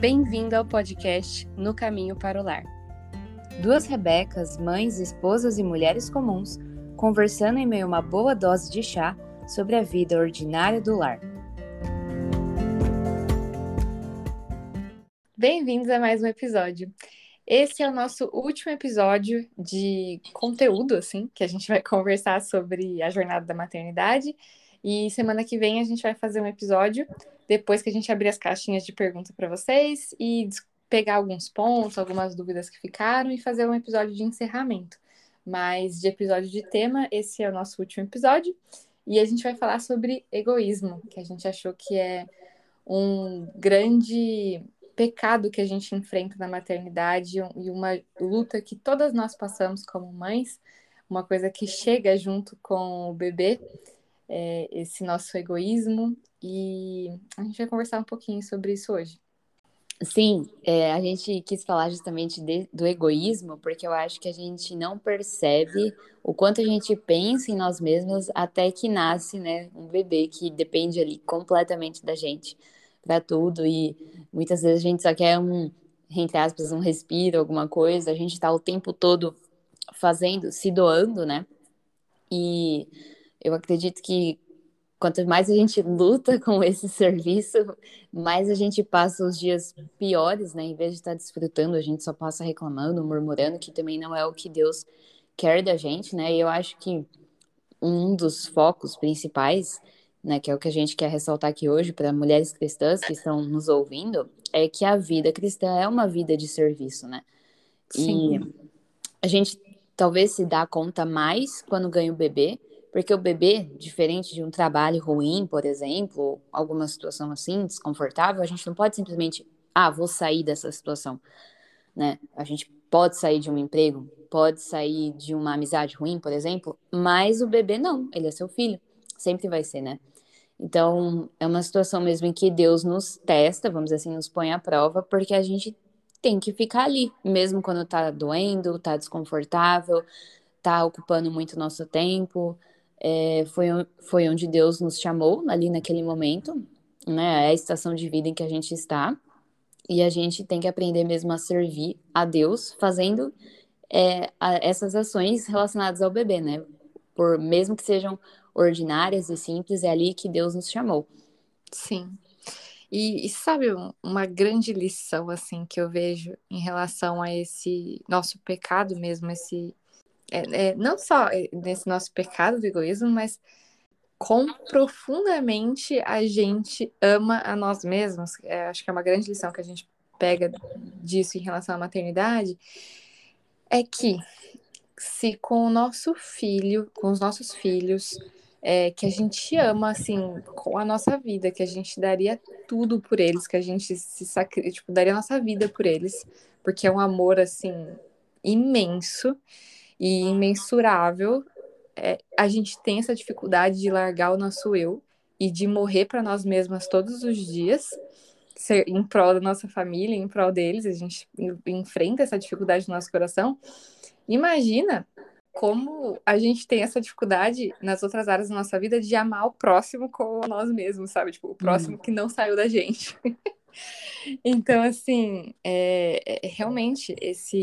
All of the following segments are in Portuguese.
Bem-vindo ao podcast No Caminho para o Lar. Duas Rebecas, mães, esposas e mulheres comuns, conversando em meio a uma boa dose de chá sobre a vida ordinária do lar. Bem-vindos a mais um episódio. Esse é o nosso último episódio de conteúdo, que a gente vai conversar sobre a jornada da maternidade. E semana que vem a gente vai fazer um episódio, depois que a gente abrir as caixinhas de perguntas para vocês e pegar alguns pontos, algumas dúvidas que ficaram e fazer um episódio de encerramento. Mas de episódio de tema, esse é o nosso último episódio. E a gente vai falar sobre egoísmo, que a gente achou que é um grande pecado que a gente enfrenta na maternidade e uma luta que todas nós passamos como mães, uma coisa que chega junto com o bebê, esse nosso egoísmo, e a gente vai conversar um pouquinho sobre isso hoje. Sim, a gente quis falar justamente do egoísmo, porque eu acho que a gente não percebe o quanto a gente pensa em nós mesmos até que nasce, né, um bebê que depende ali completamente da gente para tudo, e muitas vezes a gente só quer entre aspas, um respiro, alguma coisa, a gente está o tempo todo fazendo, se doando, né, e eu acredito que quanto mais a gente luta com esse serviço, mais a gente passa os dias piores, né? Em vez de estar desfrutando, a gente só passa reclamando, murmurando, que também não é o que Deus quer da gente, né? E eu acho que um dos focos principais, né, que é o que a gente quer ressaltar aqui hoje para mulheres cristãs que estão nos ouvindo, é que a vida cristã é uma vida de serviço, né? Sim. E a gente talvez se dá conta mais quando ganha o bebê, porque o bebê, diferente de um trabalho ruim, por exemplo, alguma situação assim, desconfortável, a gente não pode simplesmente, vou sair dessa situação, né? A gente pode sair de um emprego, pode sair de uma amizade ruim, por exemplo, mas o bebê não, ele é seu filho, sempre vai ser, né? Então, é uma situação mesmo em que Deus nos testa, vamos dizer assim, nos põe à prova, porque a gente tem que ficar ali, mesmo quando tá doendo, tá desconfortável, tá ocupando muito nosso tempo. Foi onde Deus nos chamou, ali naquele momento, né? É a estação de vida em que a gente está. E a gente tem que aprender mesmo a servir a Deus, fazendo essas ações relacionadas ao bebê, né? Mesmo que sejam ordinárias e simples, é ali que Deus nos chamou. Sim. E sabe uma grande lição, que eu vejo em relação a esse nosso pecado mesmo, não só nesse nosso pecado do egoísmo, mas quão profundamente a gente ama a nós mesmos. Acho que é uma grande lição que a gente pega disso em relação à maternidade, é que se com o nosso filho, com os nossos filhos, que a gente ama, com a nossa vida, que a gente daria tudo por eles, que a gente daria a nossa vida por eles, porque é um amor, imenso e imensurável. A gente tem essa dificuldade de largar o nosso eu e de morrer para nós mesmas todos os dias, ser em prol da nossa família, em prol deles. A gente enfrenta essa dificuldade no nosso coração. Imagina como a gente tem essa dificuldade nas outras áreas da nossa vida de amar o próximo como nós mesmos, sabe? Tipo, o próximo que não saiu da gente. Então, realmente,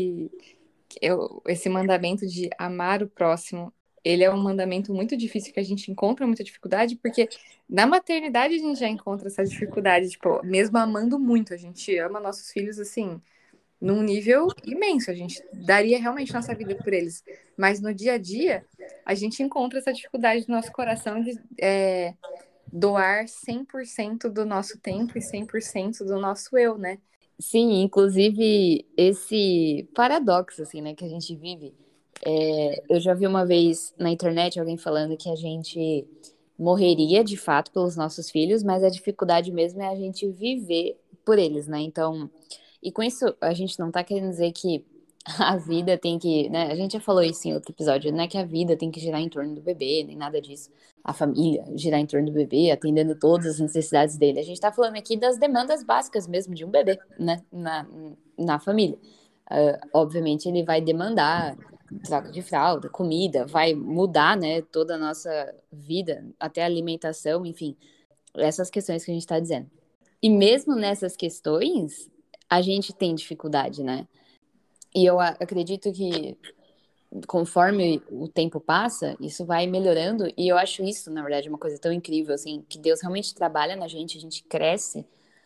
esse mandamento de amar o próximo, ele é um mandamento muito difícil, que a gente encontra muita dificuldade, porque na maternidade a gente já encontra essa dificuldade, tipo, mesmo amando muito, a gente ama nossos filhos, num nível imenso, a gente daria realmente nossa vida por eles, mas no dia a dia, a gente encontra essa dificuldade no nosso coração de doar 100% do nosso tempo e 100% do nosso eu, né? Sim, inclusive esse paradoxo, assim, né, que a gente vive. Eu já vi uma vez na internet alguém falando que a gente morreria de fato pelos nossos filhos, mas a dificuldade mesmo é a gente viver por eles, né? Então, e com isso a gente não tá querendo dizer que a vida tem que, né? A gente já falou isso em outro episódio, não é que a vida tem que girar em torno do bebê, nem nada disso. A família girar em torno do bebê, atendendo todas as necessidades dele. A gente tá falando aqui das demandas básicas mesmo de um bebê, né? Na família. Obviamente ele vai demandar troca de fralda, comida, vai mudar, né, toda a nossa vida, até a alimentação, enfim, essas questões que a gente está dizendo. E mesmo nessas questões, a gente tem dificuldade, né? E eu acredito que conforme o tempo passa, isso vai melhorando. E eu acho isso, na verdade, uma coisa tão incrível, assim, que Deus realmente trabalha na gente, a gente cresce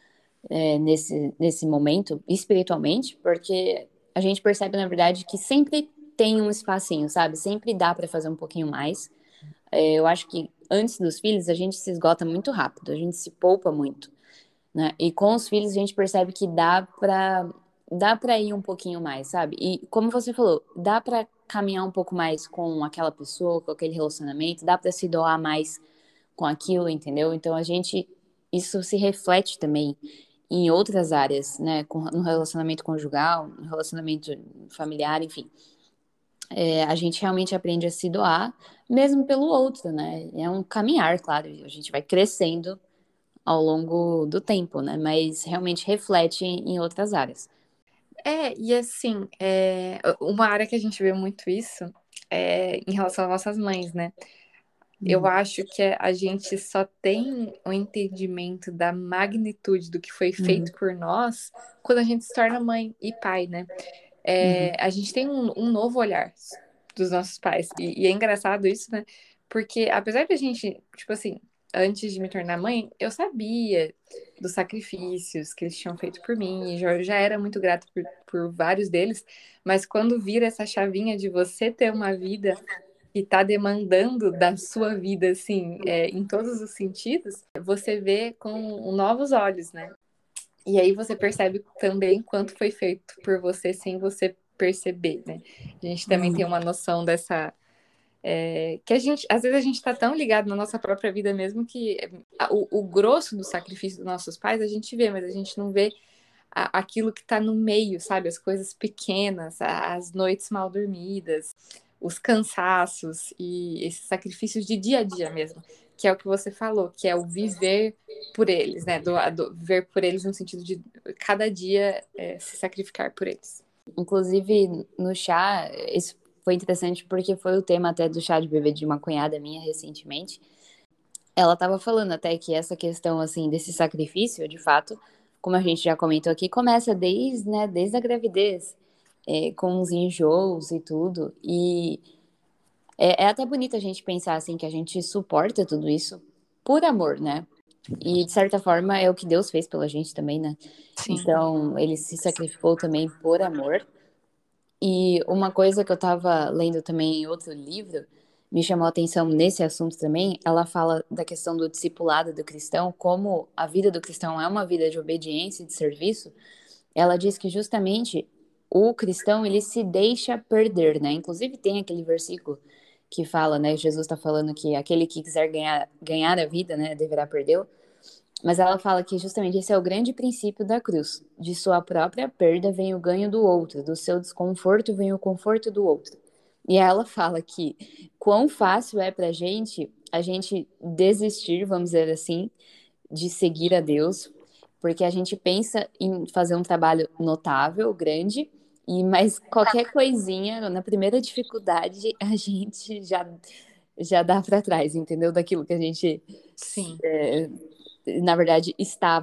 nesse momento, espiritualmente, porque a gente percebe, na verdade, que sempre tem um espacinho, sabe? Sempre dá para fazer um pouquinho mais. Eu acho que antes dos filhos, a gente se esgota muito rápido, a gente se poupa muito, né? E com os filhos, a gente percebe que dá para ir um pouquinho mais, sabe? E como você falou, dá para caminhar um pouco mais com aquela pessoa, com aquele relacionamento, dá para se doar mais com aquilo, entendeu? Então isso se reflete também em outras áreas, né? No relacionamento conjugal, no relacionamento familiar, enfim. A gente realmente aprende a se doar, mesmo pelo outro, né? É um caminhar, claro, a gente vai crescendo ao longo do tempo, né? Mas realmente reflete em outras áreas. E assim, uma área que a gente vê muito isso é em relação às nossas mães, né? Eu acho que a gente só tem o entendimento da magnitude do que foi feito Uhum, por nós quando a gente se torna mãe e pai, né? uhum, A gente tem um novo olhar dos nossos pais. E é engraçado isso, né? Porque apesar de a gente, tipo assim, antes de me tornar mãe, eu sabia dos sacrifícios que eles tinham feito por mim, e já era muito grata por vários deles, mas quando vira essa chavinha de você ter uma vida e tá demandando da sua vida, assim, em todos os sentidos, você vê com novos olhos, né? E aí você percebe também quanto foi feito por você sem você perceber, né? A gente também tem uhum, uma noção dessa. Que a gente, às vezes a gente está tão ligado na nossa própria vida mesmo que o grosso do sacrifício dos nossos pais a gente vê, mas a gente não vê aquilo que está no meio, sabe? As coisas pequenas, as noites mal dormidas, os cansaços e esses sacrifícios de dia a dia mesmo, que é o que você falou, que é o viver por eles, né? Viver por eles no sentido de cada dia se sacrificar por eles. Inclusive, no chá, isso foi interessante porque foi o tema até do chá de bebê de uma cunhada minha recentemente. Ela estava falando até que essa questão, assim, desse sacrifício, de fato, como a gente já comentou aqui, começa desde a gravidez, com os enjoos e tudo. E é até bonito a gente pensar, assim, que a gente suporta tudo isso por amor, né? E, de certa forma, é o que Deus fez pela gente também, né? Sim. Então, ele se sacrificou também por amor. E uma coisa que eu estava lendo também em outro livro, me chamou a atenção nesse assunto também, ela fala da questão do discipulado do cristão, como a vida do cristão é uma vida de obediência e de serviço. Ela diz que justamente o cristão, ele se deixa perder, né? Inclusive tem aquele versículo que fala, né, Jesus está falando que aquele que quiser ganhar a vida, né, deverá perdê-la. Mas ela fala que justamente esse é o grande princípio da cruz. De sua própria perda vem o ganho do outro, do seu desconforto vem o conforto do outro. E ela fala que quão fácil é pra gente a gente desistir, vamos dizer assim, de seguir a Deus, porque a gente pensa em fazer um trabalho notável, grande, mas qualquer coisinha, na primeira dificuldade, a gente já dá para trás, entendeu? Daquilo que a gente Sim. é, na verdade,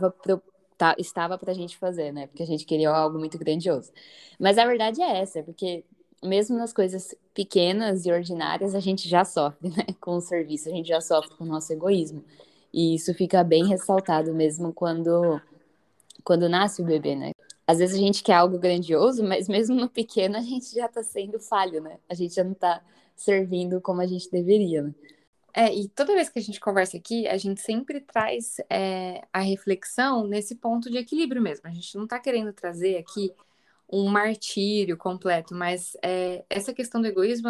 estava pra gente fazer, né? Porque a gente queria algo muito grandioso. Mas a verdade é essa, porque mesmo nas coisas pequenas e ordinárias, a gente já sofre, né? Com o serviço, a gente já sofre com o nosso egoísmo. E isso fica bem ressaltado mesmo quando nasce o bebê, né? Às vezes a gente quer algo grandioso, mas mesmo no pequeno a gente já tá sendo falho, né? A gente já não tá servindo como a gente deveria, né? E toda vez que a gente conversa aqui, a gente sempre traz a reflexão nesse ponto de equilíbrio mesmo. A gente não está querendo trazer aqui um martírio completo, mas essa questão do egoísmo,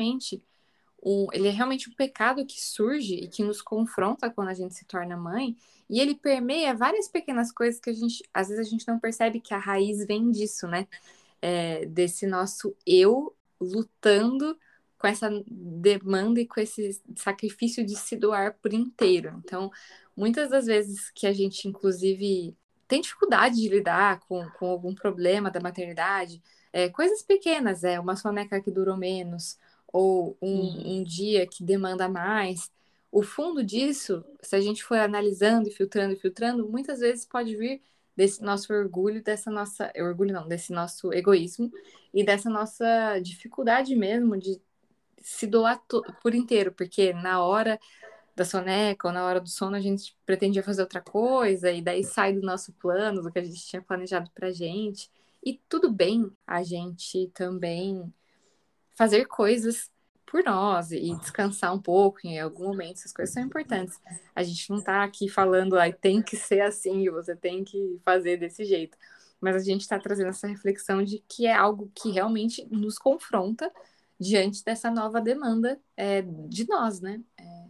ele é realmente um pecado que surge e que nos confronta quando a gente se torna mãe, e ele permeia várias pequenas coisas que às vezes a gente não percebe que a raiz vem disso, né? Desse nosso eu lutando com essa demanda e com esse sacrifício de se doar por inteiro. Então, muitas das vezes que a gente, inclusive, tem dificuldade de lidar com algum problema da maternidade, coisas pequenas, uma soneca que durou menos, ou Uhum. um dia que demanda mais. O fundo disso, se a gente for analisando e filtrando, muitas vezes pode vir desse nosso orgulho, desse nosso egoísmo e dessa nossa dificuldade mesmo de se doar por inteiro, porque na hora da soneca ou na hora do sono a gente pretendia fazer outra coisa e daí sai do nosso plano, do que a gente tinha planejado pra gente. E tudo bem a gente também fazer coisas por nós e descansar um pouco em algum momento, essas coisas são importantes. A gente não tá aqui falando, tem que ser assim, você tem que fazer desse jeito. Mas a gente está trazendo essa reflexão de que é algo que realmente nos confronta diante dessa nova demanda de nós, né?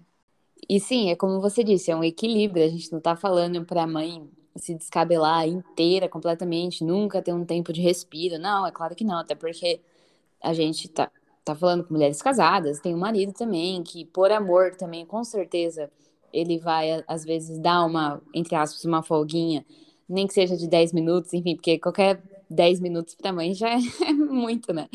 E sim, é como você disse, é um equilíbrio. A gente não tá falando pra mãe se descabelar inteira, completamente, nunca ter um tempo de respiro. Não, é claro que não, até porque a gente tá falando com mulheres casadas, tem um marido também, que por amor também, com certeza, ele vai, às vezes, dar uma, entre aspas, uma folguinha, nem que seja de 10 minutos, enfim, porque qualquer 10 minutos pra mãe já é muito, né?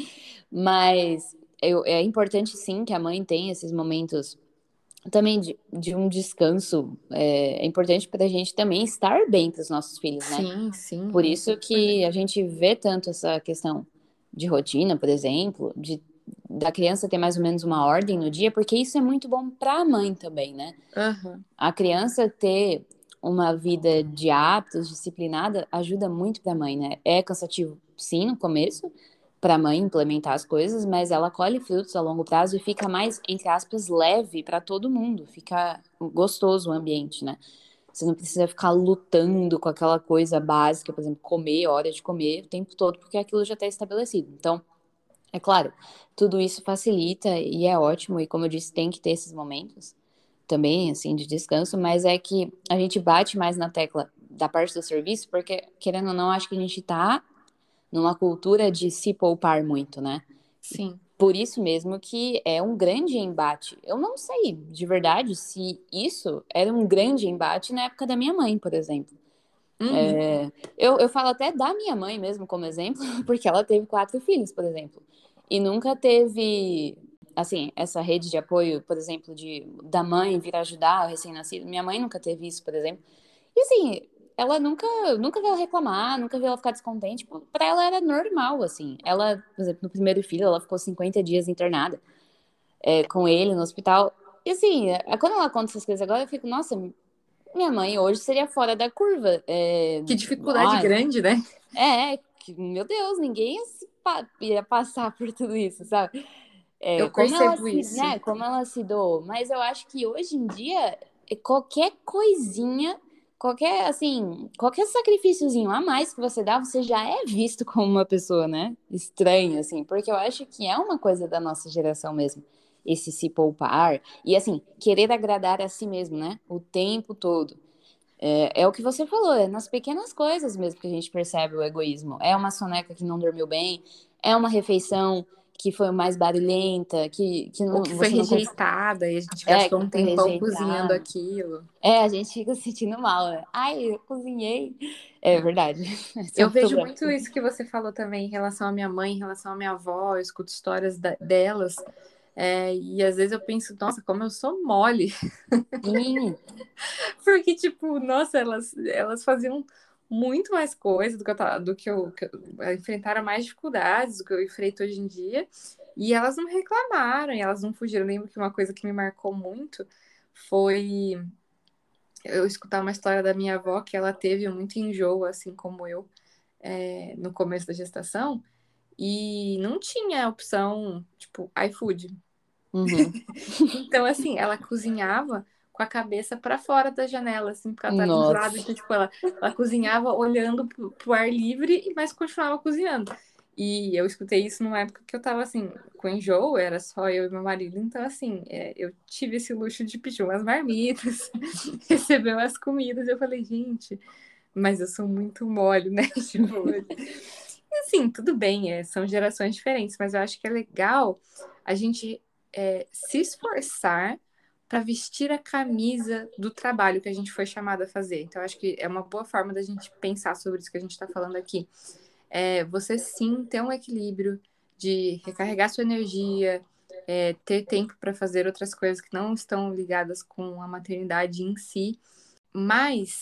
Mas é importante, sim, que a mãe tenha esses momentos também de um descanso. É importante para a gente também estar bem para os nossos filhos, né? Sim, sim, Por é isso super que importante. a gente vê tanto essa questão de rotina, por exemplo, da criança ter mais ou menos uma ordem no dia, porque isso é muito bom para a mãe também, né? Aham. A criança ter uma vida de hábitos disciplinada ajuda muito para a mãe, né? É cansativo, sim, no começo, para a mãe implementar as coisas, mas ela colhe frutos a longo prazo e fica mais, entre aspas, leve para todo mundo, fica gostoso o ambiente, né? Você não precisa ficar lutando com aquela coisa básica, por exemplo, comer, hora de comer o tempo todo, porque aquilo já está estabelecido. Então, é claro, tudo isso facilita e é ótimo, e como eu disse, tem que ter esses momentos também, assim, de descanso, mas é que a gente bate mais na tecla da parte do serviço, porque, querendo ou não, acho que a gente tá numa cultura de se poupar muito, né? Sim. Por isso mesmo que é um grande embate. Eu não sei, de verdade, se isso era um grande embate na época da minha mãe, por exemplo. Uhum. Eu falo até da minha mãe mesmo como exemplo, porque ela teve 4 filhos, por exemplo. E nunca teve, assim, essa rede de apoio, por exemplo, da mãe vir ajudar o recém-nascido. Minha mãe nunca teve isso, por exemplo. E assim, ela nunca viu ela reclamar, nunca viu ela ficar descontente. Tipo, pra ela era normal, assim. Ela, por exemplo, no primeiro filho, ela ficou 50 dias internada, com ele no hospital. E assim, quando ela conta essas coisas agora, eu fico, nossa, minha mãe hoje seria fora da curva. Que dificuldade Ah, grande, né? meu Deus, ninguém ia passar por tudo isso, sabe? Eu Como ela percebo se, isso. né, como ela se doou. Mas eu acho que hoje em dia, qualquer coisinha, qualquer sacrifíciozinho a mais que você dá, você já é visto como uma pessoa, né? Estranha, assim. Porque eu acho que é uma coisa da nossa geração mesmo. Esse se poupar. E, assim, querer agradar a si mesmo, né? O tempo todo. É o que você falou, é nas pequenas coisas mesmo que a gente percebe o egoísmo. É uma soneca que não dormiu bem, é uma refeição que foi mais barulhenta, que Ou não, que foi você não rejeitada e a gente que gastou um foi tempão cozinhando rejeitado. aquilo. A gente fica se sentindo mal, né? Ai, eu cozinhei. É verdade. Esse é Eu um vejo problema. muito isso que você falou também em relação à minha mãe, em relação à minha avó, eu escuto histórias delas, e às vezes eu penso, nossa, como eu sou mole. Sim, Porque, tipo, nossa, elas faziam muito mais coisas enfrentaram mais dificuldades do que eu enfrento hoje em dia. E elas não reclamaram, e elas não fugiram. Eu lembro que uma coisa que me marcou muito foi eu escutar uma história da minha avó que ela teve muito enjoo, assim como eu, no começo da gestação, e não tinha opção, tipo, iFood. uhum. Então, assim, ela cozinhava com a cabeça para fora da janela, assim, porque ela estava enjoada. Nossa. Então, tipo, ela cozinhava olhando pro ar livre, mas continuava cozinhando. E eu escutei isso numa época que eu tava, assim, com enjoo, era só eu e meu marido. Então, assim, eu tive esse luxo de pedir umas marmitas, receber umas comidas. Eu falei, gente, mas eu sou muito mole, né? Tipo, e, assim, tudo bem, são gerações diferentes, mas eu acho que é legal a gente se esforçar para vestir a camisa do trabalho que a gente foi chamado a fazer. Então, acho que é uma boa forma da gente pensar sobre isso que a gente está falando aqui. Você sim ter um equilíbrio de recarregar sua energia, ter tempo para fazer outras coisas que não estão ligadas com a maternidade em si, mas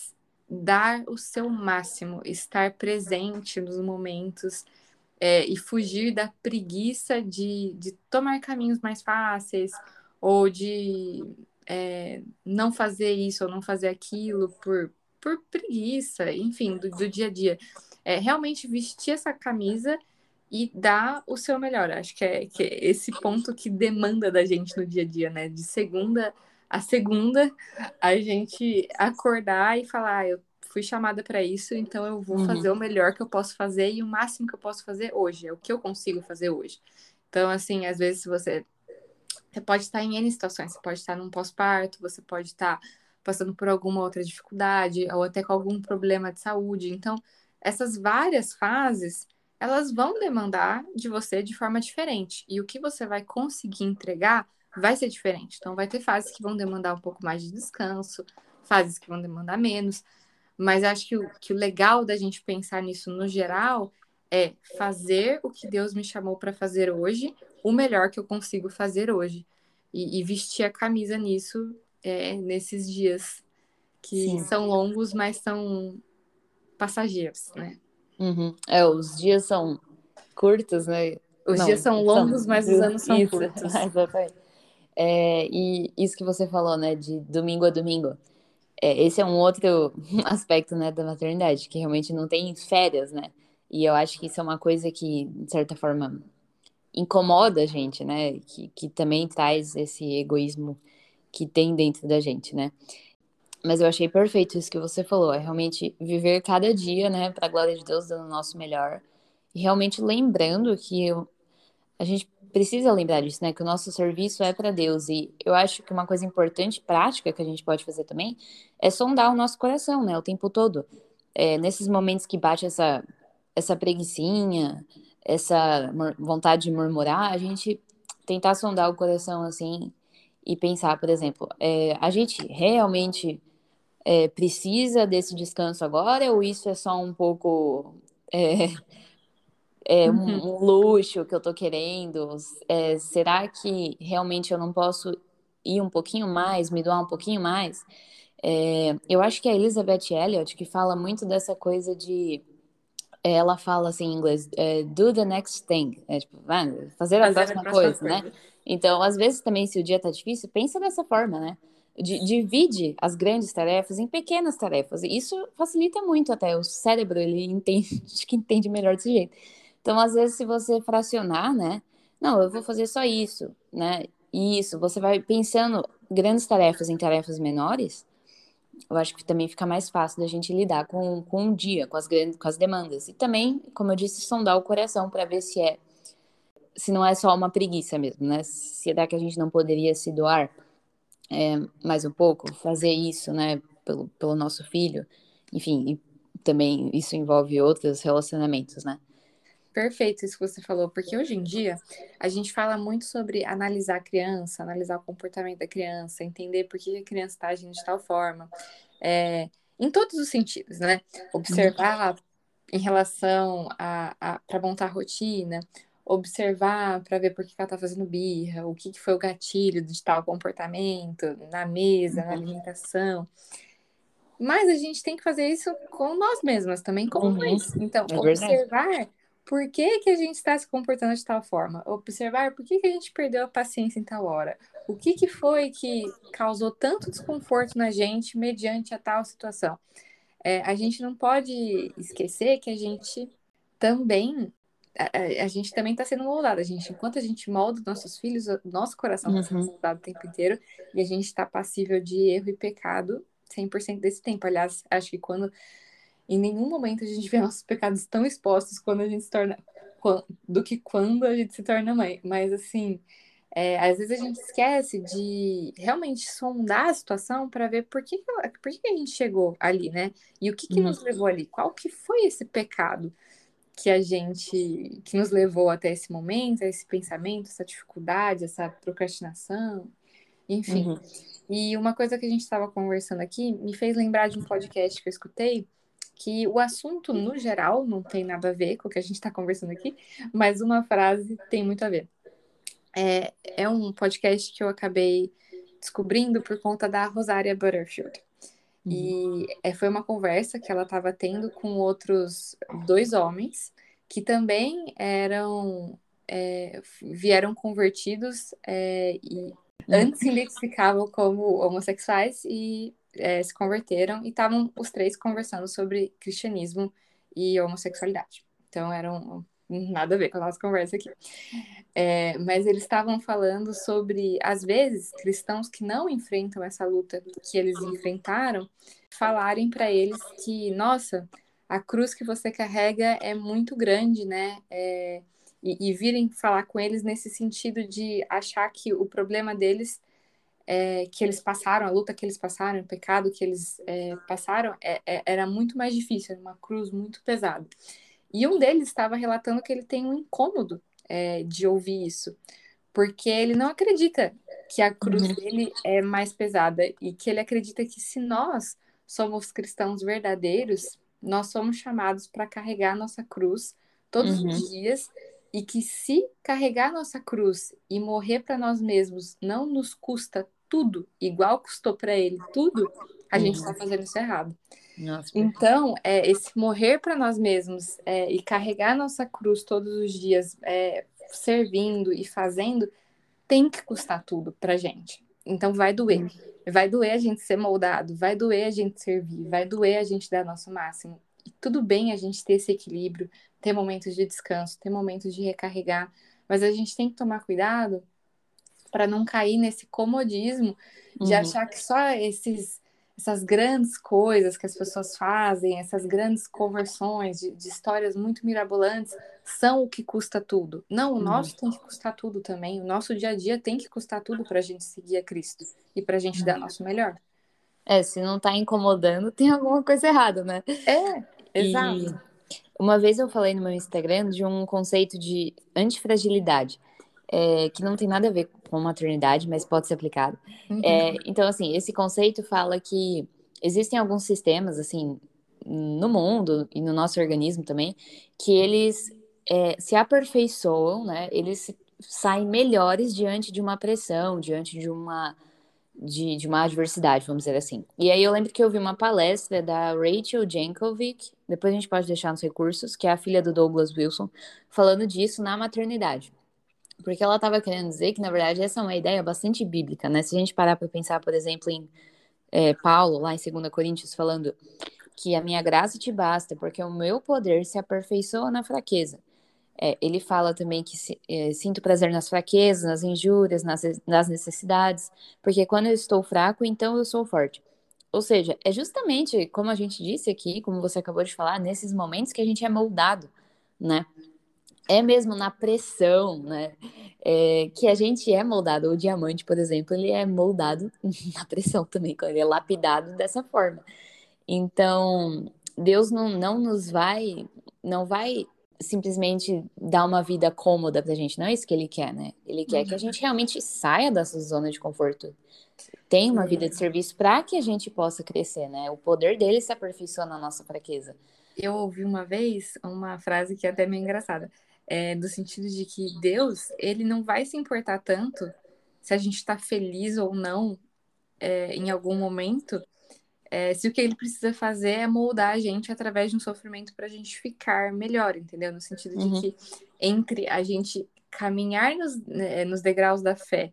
dar o seu máximo, estar presente nos momentos, e fugir da preguiça de tomar caminhos mais fáceis ou de não fazer isso ou não fazer aquilo por preguiça, enfim, do dia a dia. Realmente vestir essa camisa e dar o seu melhor. Acho que é esse ponto que demanda da gente no dia a dia, né? De segunda a segunda, a gente acordar e falar, eu fui chamada para isso, então eu vou fazer o melhor que eu posso fazer e o máximo que eu posso fazer hoje, é o que eu consigo fazer hoje. Então, assim, às vezes você pode estar em N situações, você pode estar num pós-parto, você pode estar passando por alguma outra dificuldade ou até com algum problema de saúde. Então, essas várias fases, elas vão demandar de você de forma diferente. E o que você vai conseguir entregar vai ser diferente. Então, vai ter fases que vão demandar um pouco mais de descanso, fases que vão demandar menos. Mas acho que o legal da gente pensar nisso no geral é fazer o que Deus me chamou para fazer hoje, o melhor que eu consigo fazer hoje. E vestir a camisa nisso, nesses dias que Sim. são longos, mas são passageiros, né? Os dias são curtos, né? Os dias Não, são são longos, mas os anos são isso, curtos. exatamente. E isso que você falou, né, de domingo a domingo. Esse é um outro aspecto, né, da maternidade, que realmente não tem férias, né? E eu acho que isso é uma coisa que, de certa forma, incomoda a gente, né? Que também traz esse egoísmo que tem dentro da gente, né? Mas eu achei perfeito isso que você falou, é realmente viver cada dia, né, para a glória de Deus, dando o nosso melhor. E realmente lembrando que a gente precisa lembrar disso, né, que o nosso serviço é para Deus. E eu acho que uma coisa importante, prática, que a gente pode fazer também, é sondar o nosso coração, né, o tempo todo. Nesses momentos que bate essa preguicinha, essa vontade de murmurar, a gente tentar sondar o coração, assim, e pensar, por exemplo, a gente realmente precisa desse descanso agora ou isso é só um pouco é, Uhum. um luxo que eu tô querendo? Será que realmente eu não posso ir um pouquinho mais, me doar um pouquinho mais? Eu acho que a Elizabeth Elliot que fala muito dessa coisa de ela fala assim em inglês, do the next thing, tipo, fazer a Fazer a próxima próxima coisa, né? coisa. Então, às vezes também, se o dia tá difícil, pensa dessa forma, né? Divide as grandes tarefas em pequenas tarefas. Isso facilita muito até. O cérebro, ele entende, acho que entende melhor desse jeito. Então, às vezes, se você fracionar, né? Não, eu vou fazer só isso, né? Isso, você vai pensando grandes tarefas em tarefas menores, eu acho que também fica mais fácil da gente lidar com o dia, com as demandas. E também, como eu disse, sondar o coração para ver se não é só uma preguiça mesmo, né? Será que a gente não poderia se doar mais um pouco, fazer isso, né, pelo nosso filho? Enfim, e também isso envolve outros relacionamentos, né? Perfeito isso que você falou, porque hoje em dia a gente fala muito sobre analisar a criança, analisar o comportamento da criança, entender por que a criança está agindo de tal forma, em todos os sentidos, né? Observar em relação para montar a rotina, observar para ver por que ela está fazendo birra, o que foi o gatilho de tal comportamento na mesa, na alimentação. Mas a gente tem que fazer isso com nós mesmas também, como mães. Então, É verdade. observar por que que a gente está se comportando de tal forma. Observar por que que a gente perdeu a paciência em tal hora. O que foi que causou tanto desconforto na gente mediante a tal situação. A gente não pode esquecer que a gente também a gente também está sendo moldado. Enquanto a gente molda nossos filhos, o nosso coração está sendo moldado o tempo inteiro e a gente está passível de erro e pecado 100% desse tempo. Aliás, acho que em nenhum momento a gente vê nossos pecados tão expostos quando a gente se torna do que quando a gente se torna mãe. Mas assim, às vezes a gente esquece de realmente sondar a situação para ver por que a gente chegou ali, né? E o que nos levou ali? Qual que foi esse pecado que nos levou até esse momento, a esse pensamento, essa dificuldade, essa procrastinação, enfim. Uhum. E uma coisa que a gente estava conversando aqui me fez lembrar de um podcast que eu escutei, que o assunto, no geral, não tem nada a ver com o que a gente está conversando aqui, mas uma frase tem muito a ver. É um podcast que eu acabei descobrindo por conta da Rosária Butterfield. Uhum. E foi uma conversa que ela estava tendo com outros dois homens que também vieram convertidos e Uhum. antes se identificavam como homossexuais e se converteram e estavam os três conversando sobre cristianismo e homossexualidade. Então eram nada a ver com a nossa conversa aqui. Mas eles estavam falando sobre, às vezes, cristãos que não enfrentam essa luta que eles enfrentaram, falarem para eles que, nossa, a cruz que você carrega é muito grande, né? E virem falar com eles nesse sentido de achar que o problema deles que eles passaram, a luta que eles passaram, o pecado que eles passaram, era muito mais difícil, era uma cruz muito pesada. E um deles estava relatando que ele tem um incômodo de ouvir isso, porque ele não acredita que a cruz Uhum. dele é mais pesada e que ele acredita que se nós somos cristãos verdadeiros, nós somos chamados para carregar nossa cruz todos os Uhum. dias e que se carregar nossa cruz e morrer para nós mesmos não nos custa tudo, igual custou para ele tudo, a gente está Uhum. fazendo isso errado. Nossa, perfeito. Então, esse morrer para nós mesmos e carregar nossa cruz todos os dias, servindo e fazendo, tem que custar tudo pra gente. Então vai doer. Uhum. Vai doer a gente ser moldado, vai doer a gente servir, vai doer a gente dar nosso máximo. E tudo bem a gente ter esse equilíbrio, ter momentos de descanso, ter momentos de recarregar, mas a gente tem que tomar cuidado para não cair nesse comodismo de Uhum. achar que só essas grandes coisas que as pessoas fazem, essas grandes conversões de histórias muito mirabolantes, são o que custa tudo. Não, o Uhum. nosso tem que custar tudo também. O nosso dia a dia tem que custar tudo para a gente seguir a Cristo e para a gente dar nosso melhor. Se não tá incomodando, tem alguma coisa errada, né? E Exato. uma vez eu falei no meu Instagram de um conceito de antifragilidade, que não tem nada a ver com maternidade, mas pode ser aplicado. Uhum. Então, assim, esse conceito fala que existem alguns sistemas, assim, no mundo e no nosso organismo também, que eles se aperfeiçoam, né? Eles saem melhores diante de uma pressão, diante de uma adversidade, vamos dizer assim. E aí eu lembro que eu vi uma palestra da Rachel Jankovic, depois a gente pode deixar nos recursos, que é a filha do Douglas Wilson, falando disso na maternidade. Porque ela estava querendo dizer que, na verdade, essa é uma ideia bastante bíblica, né? Se a gente parar para pensar, por exemplo, em Paulo, lá em 2 Coríntios, falando que a minha graça te basta, porque o meu poder se aperfeiçoa na fraqueza. Ele fala também que sinto prazer nas fraquezas, nas injúrias, nas necessidades, porque quando eu estou fraco, então eu sou forte. Ou seja, é justamente como a gente disse aqui, como você acabou de falar, nesses momentos que a gente é moldado, né? É mesmo na pressão, né? Que a gente é moldado. O diamante, por exemplo, ele é moldado na pressão também, quando ele é lapidado dessa forma. Então, Deus não nos vai, não vai simplesmente dar uma vida cômoda pra gente. Não é isso que ele quer, né? Ele quer que a gente realmente saia dessa zona de conforto, tenha uma vida de serviço para que a gente possa crescer, né? O poder dele se aperfeiçoa na nossa fraqueza. Eu ouvi uma vez uma frase que é até meio engraçada, do sentido de que Deus, ele não vai se importar tanto se a gente está feliz ou não em algum momento, se o que ele precisa fazer é moldar a gente através de um sofrimento para a gente ficar melhor, entendeu? No sentido de Uhum. que entre a gente caminhar nos degraus da fé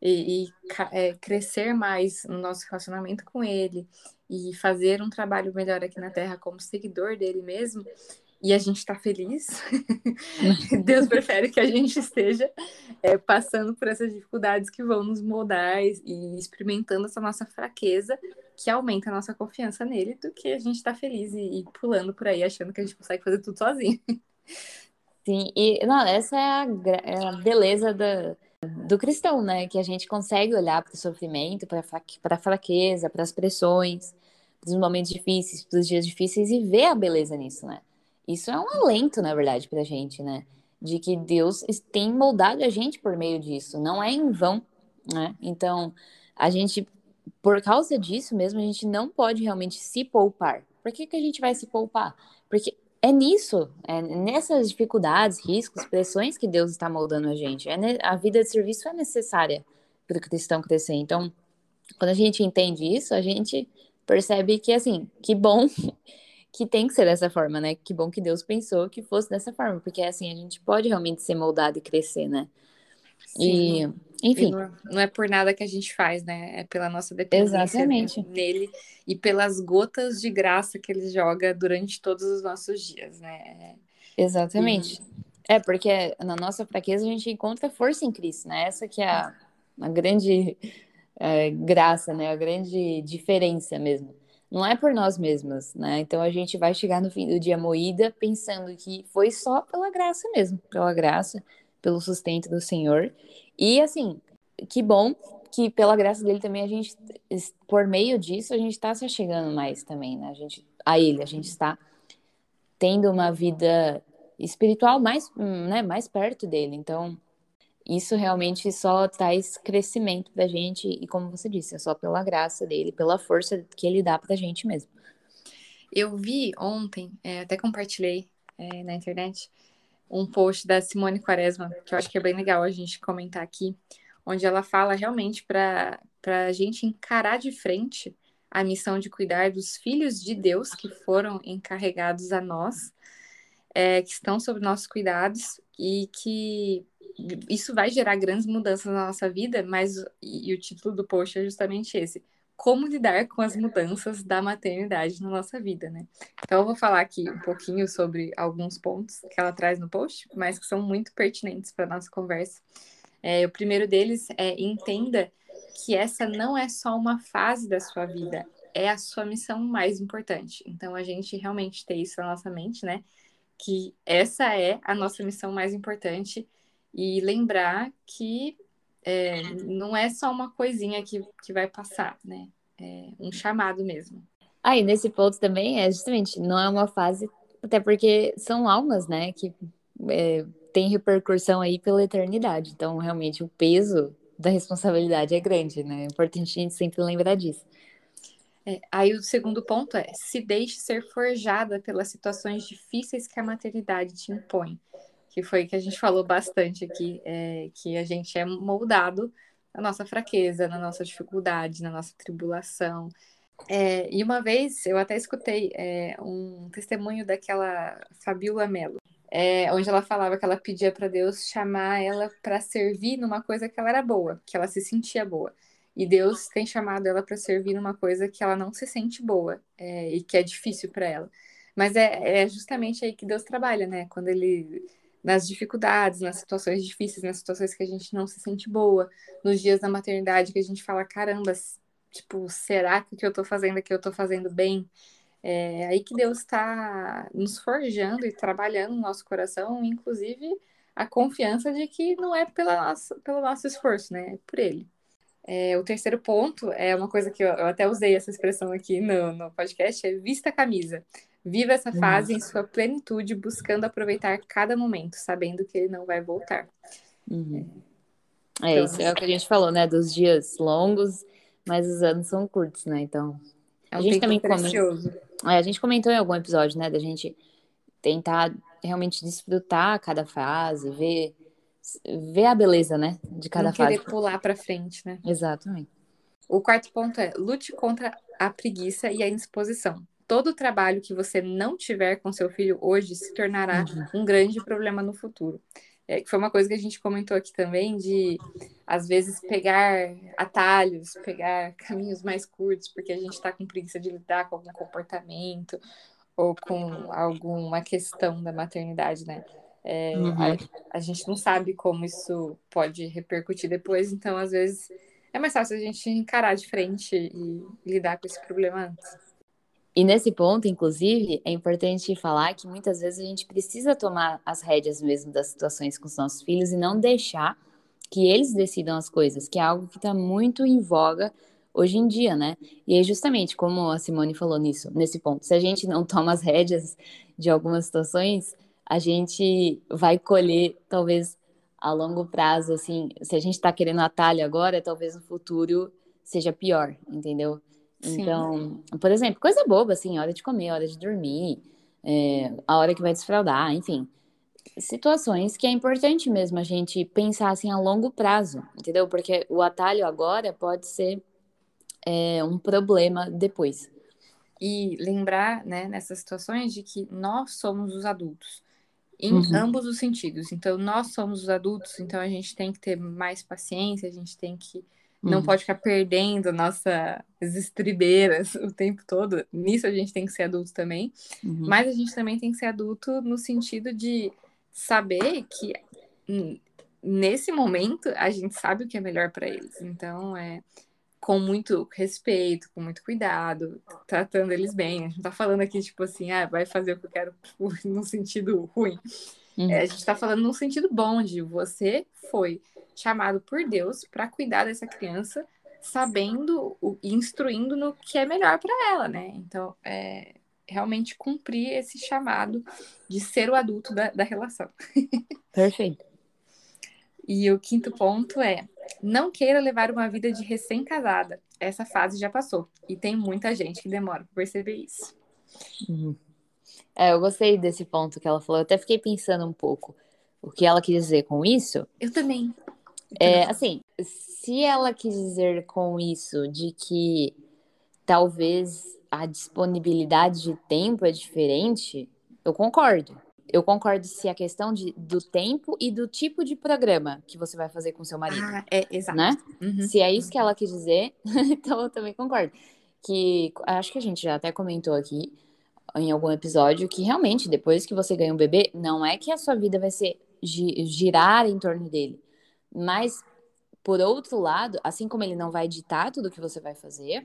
e crescer mais no nosso relacionamento com ele e fazer um trabalho melhor aqui na Terra como seguidor dele mesmo, e a gente está feliz, Deus prefere que a gente esteja passando por essas dificuldades que vão nos moldar e experimentando essa nossa fraqueza, que aumenta a nossa confiança nele, do que a gente estar feliz e pulando por aí achando que a gente consegue fazer tudo sozinho. Sim, e não, essa é a beleza do cristão, né? Que a gente consegue olhar para o sofrimento, para a fraqueza, para as pressões, para os momentos difíceis, para os dias difíceis e ver a beleza nisso, né? Isso é um alento, na verdade, para a gente, né? De que Deus tem moldado a gente por meio disso, não é em vão, né? Então, a gente, por causa disso mesmo, a gente não pode realmente se poupar. Por que que a gente vai se poupar? Porque é nisso, nessas dificuldades, riscos, pressões que Deus está moldando a gente. A vida de serviço é necessária para o cristão crescer. Então, quando a gente entende isso, a gente percebe que, assim, que bom que tem que ser dessa forma, né? Que bom que Deus pensou que fosse dessa forma, porque, assim, a gente pode realmente ser moldado e crescer, né? Sim, E, e enfim, não é por nada que a gente faz, né? É pela nossa dependência exatamente, nele e pelas gotas de graça que ele joga durante todos os nossos dias, né? E exatamente. É, porque na nossa fraqueza a gente encontra força em Cristo, né? Essa que é a grande graça, né? A grande diferença mesmo. Não é por nós mesmas, né? Então a gente vai chegar no fim do dia moída pensando que foi só pela graça mesmo, pela graça, pelo sustento do Senhor. E assim, que bom que pela graça dele também a gente, por meio disso, a gente está se chegando mais também, né? A gente está tendo uma vida espiritual mais, né, mais perto dele. Então, isso realmente só traz crescimento pra gente e, como você disse, é só pela graça dele, pela força que ele dá pra gente mesmo. eu vi ontem, até compartilhei na internet, um post da Simone Quaresma, que eu acho que é bem legal a gente comentar aqui, onde ela fala realmente para a gente encarar de frente a missão de cuidar dos filhos de Deus que foram encarregados a nós, que estão sob nossos cuidados e que isso vai gerar grandes mudanças na nossa vida, mas e o título do post é justamente esse: como lidar com as mudanças da maternidade na nossa vida, né? Então eu vou falar aqui um pouquinho sobre alguns pontos que ela traz no post, mas que são muito pertinentes para nossa conversa. O primeiro deles é: entenda que essa não é só uma fase da sua vida, é a sua missão mais importante. Então a gente realmente ter isso na nossa mente, né? Que essa é a nossa missão mais importante e lembrar que não é só uma coisinha que vai passar, né? É um chamado mesmo. Aí, nesse ponto também, é justamente, não é uma fase, até porque são almas, né, que tem repercussão aí pela eternidade. Então, realmente, o peso da responsabilidade é grande, né? É importante a gente sempre lembrar disso. Aí o segundo ponto é: se deixe ser forjada pelas situações difíceis que a maternidade te impõe. Que foi que a gente falou bastante aqui, que a gente é moldado na nossa fraqueza, na nossa dificuldade, na nossa tribulação. E uma vez eu até escutei um testemunho daquela Fabiola Mello, onde ela falava que ela pedia para Deus chamar ela para servir numa coisa que ela era boa, que ela se sentia boa. E Deus tem chamado ela para servir numa coisa que ela não se sente boa, e que é difícil para ela. Mas é justamente aí que Deus trabalha, né? Quando Ele, nas dificuldades, nas situações difíceis, nas situações que a gente não se sente boa, nos dias da maternidade que a gente fala: caramba, tipo, será que o que eu tô fazendo aqui eu tô fazendo bem? É aí que Deus está nos forjando e trabalhando no nosso coração, inclusive a confiança de que não é pelo nosso esforço, né? É por Ele. O terceiro ponto é uma coisa que eu até usei essa expressão aqui no podcast, é: vista a camisa. Viva essa Uhum. fase em sua plenitude, buscando aproveitar cada momento, sabendo que ele não vai voltar. Uhum. Então, Isso é o que a gente falou, né? Dos dias longos, mas os anos são curtos, né? Então, é a um gente tempo também precioso. a gente comentou em algum episódio, né? Da gente tentar realmente desfrutar cada fase, ver a beleza, né? De Não cada fase. querer pular para frente, né? Exatamente. O quarto ponto é: lute contra a preguiça e a indisposição. Todo trabalho que você não tiver com seu filho hoje se tornará um grande problema no futuro. Que foi uma coisa que a gente comentou aqui também, de às vezes pegar atalhos, pegar caminhos mais curtos, porque a gente está com preguiça de lidar com algum comportamento ou com alguma questão da maternidade, né? É, Uhum. a gente não sabe como isso pode repercutir depois, então às vezes é mais fácil a gente encarar de frente e lidar com esse problema antes. E nesse ponto, inclusive, é importante falar que muitas vezes a gente precisa tomar as rédeas mesmo das situações com os nossos filhos e não deixar que eles decidam as coisas, que é algo que está muito em voga hoje em dia, né? E aí, justamente, como a Simone falou nesse ponto, se a gente não toma as rédeas de algumas situações, a gente vai colher, talvez, a longo prazo, assim, se a gente está querendo atalho agora, talvez no futuro seja pior, entendeu? Sim, Então, por exemplo, coisa boba, assim, hora de comer, hora de dormir, a hora que vai desfraldar, enfim. Situações que é importante mesmo a gente pensar assim a longo prazo, entendeu? Porque o atalho agora pode ser um problema depois. E lembrar, né, nessas situações de que nós somos os adultos, em Uhum, ambos os sentidos. Então, nós somos os adultos, então a gente tem que ter mais paciência, a gente tem que não uhum, pode ficar perdendo nossas estribeiras o tempo todo. Nisso a gente tem que ser adulto também, uhum. mas a gente também tem que ser adulto no sentido de saber que nesse momento a gente sabe o que é melhor para eles. Então, com muito respeito, com muito cuidado, tratando eles bem. A gente não tá falando aqui, tipo assim, vai fazer o que eu quero, tipo, num sentido ruim. Uhum. A gente tá falando num sentido bom, de você foi chamado por Deus para cuidar dessa criança, sabendo e instruindo no que é melhor para ela, né? Então, realmente cumprir esse chamado de ser o adulto da relação. Perfeito. E o quinto ponto é: não queira levar uma vida de recém-casada. Essa fase já passou. E tem muita gente que demora para perceber isso. Uhum. Eu gostei desse ponto que ela falou. Eu até fiquei pensando um pouco o que ela quis dizer com isso. Eu também. Eu também. Assim, se ela quis dizer com isso de que talvez a disponibilidade de tempo é diferente, eu concordo. Eu concordo se a questão do tempo e do tipo de programa que você vai fazer com seu marido, Exato. né? Uhum. Se é isso que ela quis dizer, então eu também concordo. Que acho que a gente já até comentou aqui em algum episódio que realmente depois que você ganha um bebê, não é que a sua vida vai ser girar em torno dele, mas por outro lado, assim como ele não vai ditar tudo que você vai fazer,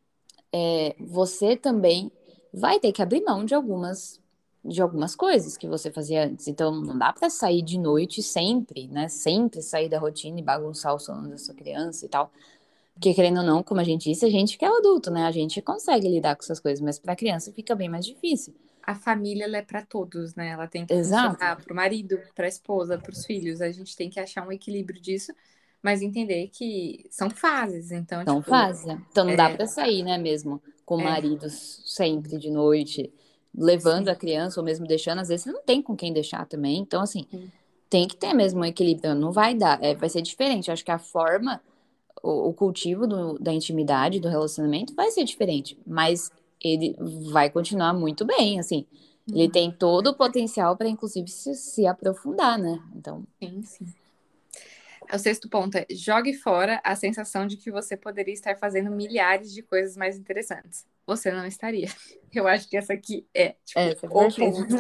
você também vai ter que abrir mão de algumas coisas que você fazia antes. Então, não dá para sair de noite sempre, né? Sempre sair da rotina e bagunçar o sono da sua criança e tal. Porque, querendo ou não, como a gente disse, a gente que é adulto, né? A gente consegue lidar com essas coisas, mas para criança fica bem mais difícil. A família ela é para todos, né? Ela tem que Exato. funcionar para o marido, para a esposa, para os filhos. A gente tem que achar um equilíbrio disso, mas entender que são fases. Então, Então tipo, faz, né? Então não dá é, para sair, né, mesmo com o é, marido sempre de noite, levando sim, a criança ou mesmo deixando, às vezes você não tem com quem deixar também. Então, assim, sim. tem que ter mesmo um equilíbrio, não vai dar, vai ser diferente. Eu acho que a forma, o cultivo da intimidade, do relacionamento vai ser diferente, mas ele vai continuar muito bem, assim. Ele Uhum. tem todo o potencial para, inclusive, se aprofundar, né? Então, Sim, sim. O sexto ponto é: jogue fora a sensação de que você poderia estar fazendo milhares de coisas mais interessantes. Você não estaria. Eu acho que essa aqui é, tipo, essa é o perfeita. ponto.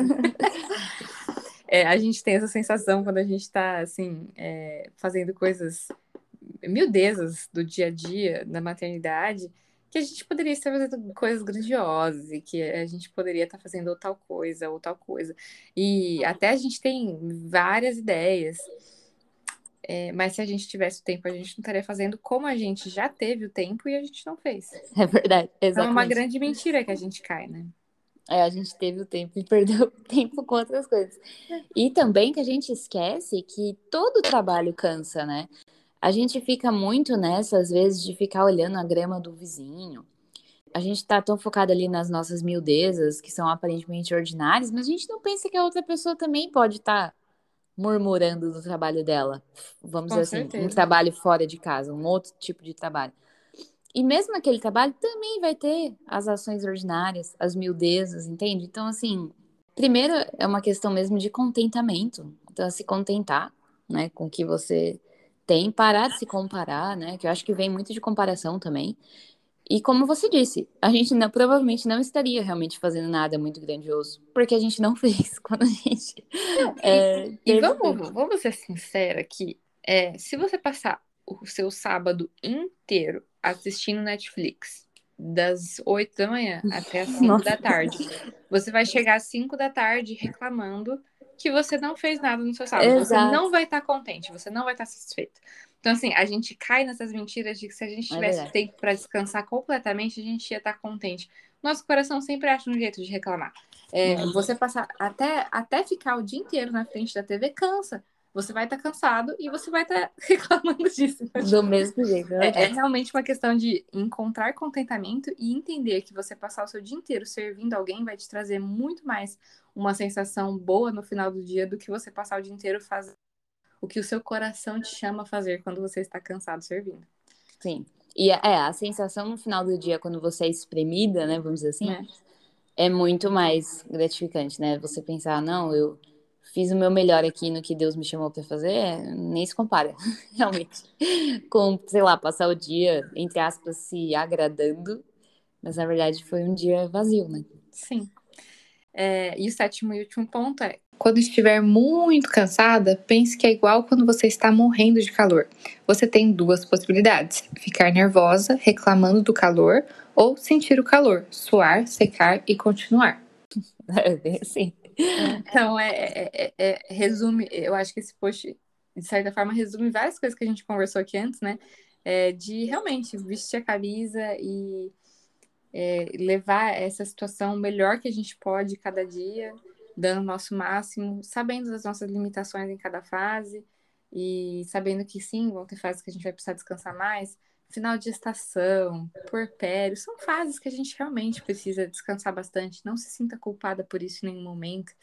A gente tem essa sensação quando a gente tá, assim, fazendo coisas miudezas do dia a dia, da maternidade, que a gente poderia estar fazendo coisas grandiosas e que a gente poderia estar fazendo ou tal coisa ou tal coisa. E até a gente tem várias ideias. Mas se a gente tivesse o tempo, a gente não estaria fazendo como a gente já teve o tempo e a gente não fez. É verdade, Então é uma exatamente. grande mentira que a gente cai, né? A gente teve o tempo e perdeu o tempo com outras coisas. E também que a gente esquece que todo trabalho cansa, né? A gente fica muito nessa, às vezes, de ficar olhando a grama do vizinho. A gente tá tão focado ali nas nossas miudezas, que são aparentemente ordinárias, mas a gente não pensa que a outra pessoa também pode estar murmurando do trabalho dela. Vamos dizer Com assim, um certeza. trabalho fora de casa, um outro tipo de trabalho. E mesmo naquele trabalho também vai ter as ações ordinárias, as miudezas, entende? Então, assim, primeiro é uma questão mesmo de contentamento. Então, se contentar, né, com o que você tem, parar de se comparar, né, que eu acho que vem muito de comparação também. E como você disse, a gente provavelmente não estaria realmente fazendo nada muito grandioso, porque a gente não fez quando a gente Não, e teve o tempo. vamos ser sincera que se você passar o seu sábado inteiro assistindo Netflix, das 8 da manhã até as 5 Nossa. da tarde, você vai chegar às 5 da tarde reclamando que você não fez nada no seu sábado. Você não Exato. vai estar contente, você não vai estar satisfeito. Então, assim, a gente cai nessas mentiras de que se a gente É tivesse verdade. tempo para descansar completamente, a gente ia estar contente. Nosso coração sempre acha um jeito de reclamar. Uhum. Você passar até ficar o dia inteiro na frente da TV cansa. Você vai estar cansado e você vai estar reclamando disso. Então, Do tipo, mesmo jeito, é é verdade. realmente uma questão de encontrar contentamento e entender que você passar o seu dia inteiro servindo alguém vai te trazer muito mais uma sensação boa no final do dia do que você passar o dia inteiro fazendo o que o seu coração te chama a fazer quando você está cansado servindo. Sim. E a sensação no final do dia, quando você é espremida, né, vamos dizer assim, né? é muito mais gratificante, né? Você pensar, não, eu fiz o meu melhor aqui no que Deus me chamou para fazer, nem se compara, realmente, com, sei lá, passar o dia, entre aspas, se agradando, mas na verdade foi um dia vazio, né? Sim. E o sétimo e último ponto é: quando estiver muito cansada, pense que é igual quando você está morrendo de calor. Você tem duas possibilidades: ficar nervosa, reclamando do calor, ou sentir o calor, suar, secar e continuar. É bem assim. Então, resume, eu acho que esse post, de certa forma, resume várias coisas que a gente conversou aqui antes, né? De realmente vestir a camisa e levar essa situação o melhor que a gente pode cada dia, dando o nosso máximo, sabendo das nossas limitações em cada fase e sabendo que sim, vão ter fases que a gente vai precisar descansar mais. Final de estação, puerpério, são fases que a gente realmente precisa descansar bastante. Não se sinta culpada por isso em nenhum momento,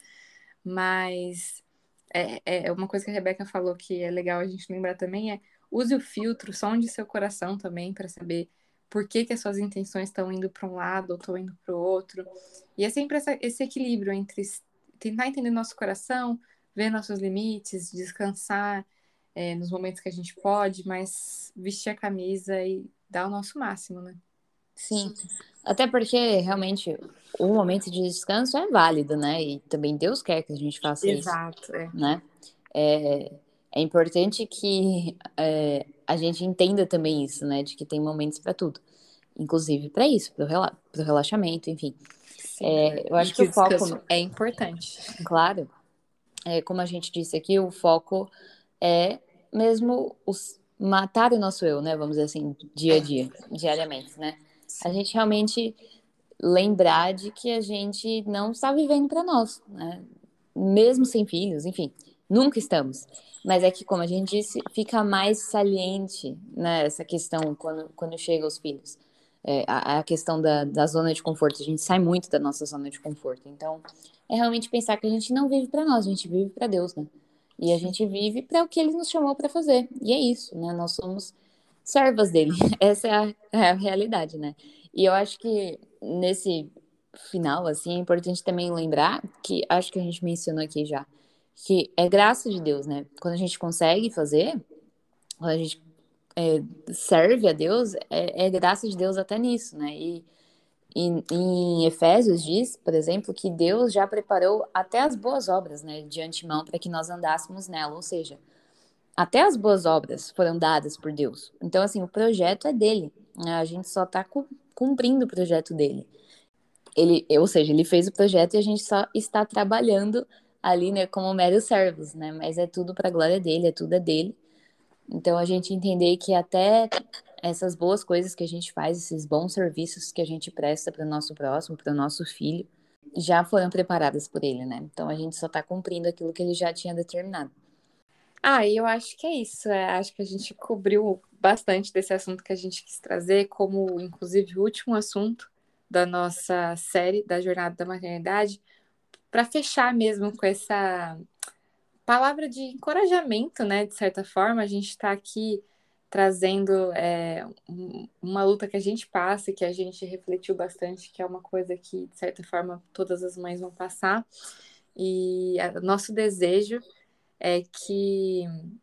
mas é uma coisa que a Rebeca falou que é legal a gente lembrar também use o filtro, sonde seu coração também para saber por que, que as suas intenções estão indo para um lado ou estão indo para o outro. E é sempre esse equilíbrio entre tentar entender nosso coração, ver nossos limites, descansar nos momentos que a gente pode, mas vestir a camisa e dar o nosso máximo, né? Sim, até porque realmente o momento de descanso é válido, né? E também Deus quer que a gente faça isso, Exato, né? É, é importante que a gente entenda também isso, né? De que tem momentos para tudo, inclusive para isso, para o relaxamento, enfim. Sim. Eu E acho que que o o foco, descanso é importante. claro, como a gente disse aqui, o foco é mesmo matar o nosso eu, né? Vamos dizer assim, dia a dia, diariamente, né? A Sim. gente realmente lembrar de que a gente não está vivendo para nós, né? Mesmo sem filhos, enfim, nunca estamos. Mas é que, como a gente disse, fica mais saliente, né, essa questão quando chega os filhos. A questão da zona de conforto, a gente sai muito da nossa zona de conforto. Então, é realmente pensar que a gente não vive para nós, a gente vive para Deus, né? E a gente vive para o que Ele nos chamou para fazer. E é isso, né? Nós somos servas dele. Essa é a realidade, né? E eu acho que nesse final, assim, é importante também lembrar que acho que a gente mencionou aqui já, que é graça de Deus, né? Quando a gente consegue fazer, quando a gente serve a Deus, é graça de Deus até nisso, né? E em Efésios diz, por exemplo, que Deus já preparou até as boas obras, né, de antemão para que nós andássemos nela, ou seja, até as boas obras foram dadas por Deus. Então, assim, o projeto é dele, né? A gente só está cumprindo o projeto dele. Ou seja, ele fez o projeto e a gente só está trabalhando ali, né, como meros servos, né? Mas é tudo para a glória dele, tudo é dele. Então a gente entender que até essas boas coisas que a gente faz, esses bons serviços que a gente presta para o nosso próximo, para o nosso filho, já foram preparadas por ele, né? Então a gente só está cumprindo aquilo que ele já tinha determinado. E eu acho que é isso. Acho que a gente cobriu bastante desse assunto que a gente quis trazer, como inclusive o último assunto da nossa série da Jornada da Maternidade, para fechar mesmo com essa palavra de encorajamento, né? De certa forma, a gente está aqui trazendo uma luta que a gente passa, que a gente refletiu bastante, que é uma coisa que, de certa forma, todas as mães vão passar. E nosso desejo é que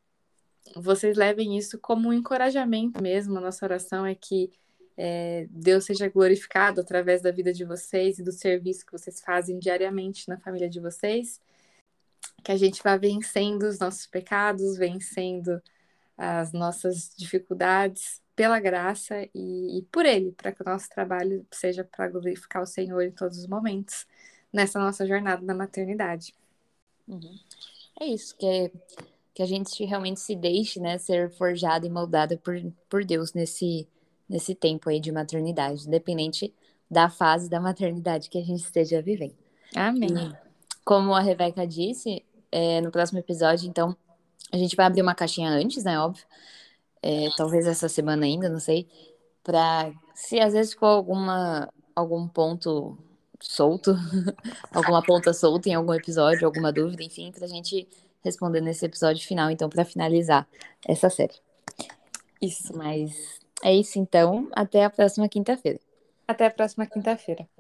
vocês levem isso como um encorajamento mesmo. A nossa oração é que Deus seja glorificado através da vida de vocês e do serviço que vocês fazem diariamente na família de vocês. Que a gente vá vencendo os nossos pecados, vencendo as nossas dificuldades pela graça e por Ele, para que o nosso trabalho seja para glorificar o Senhor em todos os momentos, nessa nossa jornada na maternidade. Uhum. É isso, que a gente realmente se deixe, né, ser forjada e moldada por Deus nesse tempo aí de maternidade, independente da fase da maternidade que a gente esteja vivendo. Amém. E como a Rebeca disse, no próximo episódio, então, a gente vai abrir uma caixinha antes, né, óbvio, talvez essa semana ainda, não sei, para se às vezes ficou algum ponto solto, alguma ponta solta em algum episódio, alguma dúvida, enfim, pra gente responder nesse episódio final, então, para finalizar essa série. Isso. Mas É isso então. Até a próxima quinta-feira. Até a próxima quinta-feira.